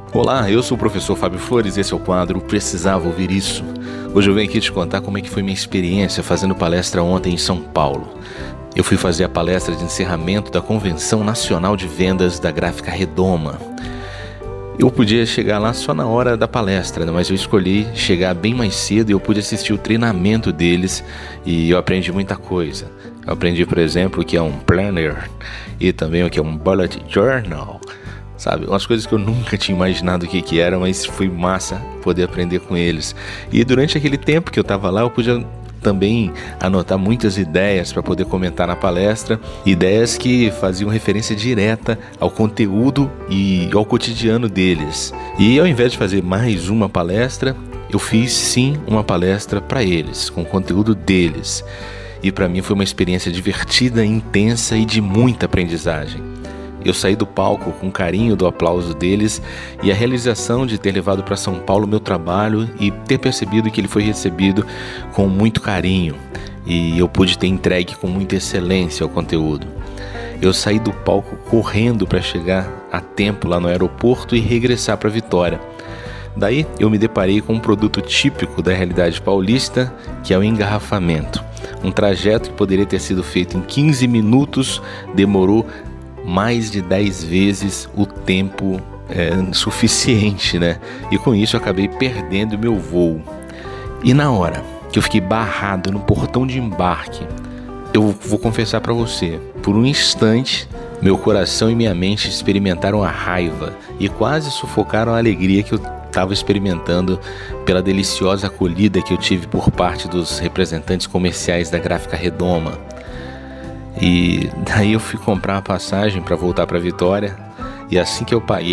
Olá, eu sou o professor Fábio Flores e esse é o quadro Precisava Ouvir Isso. Hoje eu venho aqui te contar como é que foi minha experiência fazendo palestra ontem em São Paulo. Eu fui fazer a palestra de encerramento da Convenção Nacional de Vendas da Gráfica Redoma. Eu podia chegar lá só na hora da palestra, mas eu escolhi chegar bem mais cedo e eu pude assistir o treinamento deles e eu aprendi muita coisa. Eu aprendi, por exemplo, o que é um planner e também o que é um bullet journal. Sabe, umas coisas que eu nunca tinha imaginado o que era, mas foi massa poder aprender com eles. E durante aquele tempo que eu estava lá, eu pude também anotar muitas ideias para poder comentar na palestra, ideias que faziam referência direta ao conteúdo e ao cotidiano deles. E ao invés de fazer mais uma palestra, eu fiz sim uma palestra para eles, com o conteúdo deles. E para mim foi uma experiência divertida, intensa e de muita aprendizagem. Eu saí do palco com carinho do aplauso deles e a realização de ter levado para São Paulo meu trabalho e ter percebido que ele foi recebido com muito carinho e eu pude ter entregue com muita excelência o conteúdo. Eu saí do palco correndo para chegar a tempo lá no aeroporto e regressar para Vitória. Daí eu me deparei com um produto típico da realidade paulista, que é o engarrafamento. Um trajeto que poderia ter sido feito em 15 minutos demorou mais de 10 vezes o tempo suficiente, né? E com isso eu acabei perdendo o meu voo. E na hora que eu fiquei barrado no portão de embarque, eu vou confessar para você, por um instante, meu coração e minha mente experimentaram a raiva e quase sufocaram a alegria que eu estava experimentando pela deliciosa acolhida que eu tive por parte dos representantes comerciais da Gráfica Redoma. E daí eu fui comprar a passagem para voltar para Vitória e assim que eu paguei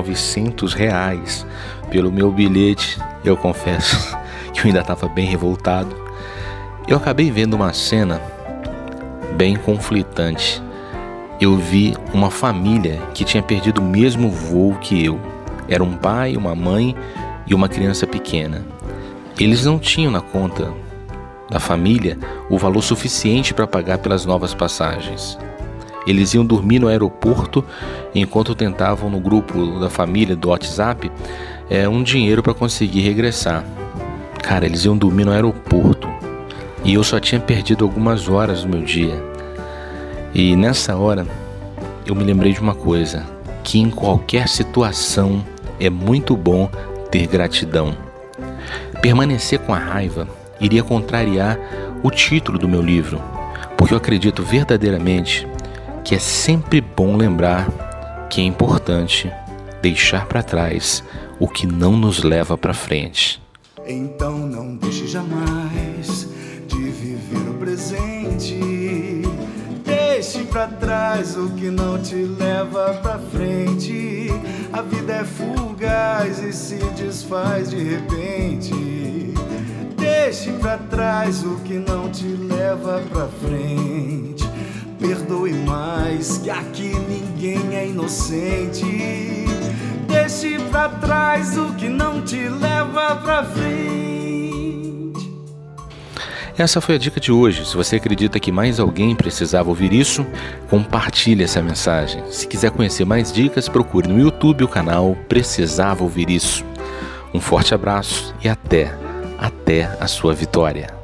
R$900 pelo meu bilhete, eu confesso que eu ainda estava bem revoltado. Eu acabei vendo uma cena bem conflitante. Eu vi uma família que tinha perdido o mesmo voo que eu. Era um pai, uma mãe e uma criança pequena. Eles não tinham na conta da família o valor suficiente para pagar pelas novas passagens. Eles iam dormir no aeroporto enquanto tentavam no grupo da família do WhatsApp um dinheiro para conseguir regressar. Cara, eles iam dormir no aeroporto e eu só tinha perdido algumas horas do meu dia. E nessa hora eu me lembrei de uma coisa, que em qualquer situação é muito bom ter gratidão. Permanecer com a raiva iria contrariar o título do meu livro, porque eu acredito verdadeiramente que é sempre bom lembrar que é importante deixar para trás o que não nos leva para frente. Então não deixe jamais de viver o presente. Deixe para trás o que não te leva para frente. A vida é fugaz e se desfaz de repente. Deixe pra trás o que não te leva pra frente. Perdoe mais, que aqui ninguém é inocente. Deixe pra trás o que não te leva pra frente. Essa foi a dica de hoje. Se você acredita que mais alguém precisava ouvir isso, compartilhe essa mensagem. Se quiser conhecer mais dicas, procure no YouTube o canal Precisava Ouvir Isso. Um forte abraço e até a sua vitória.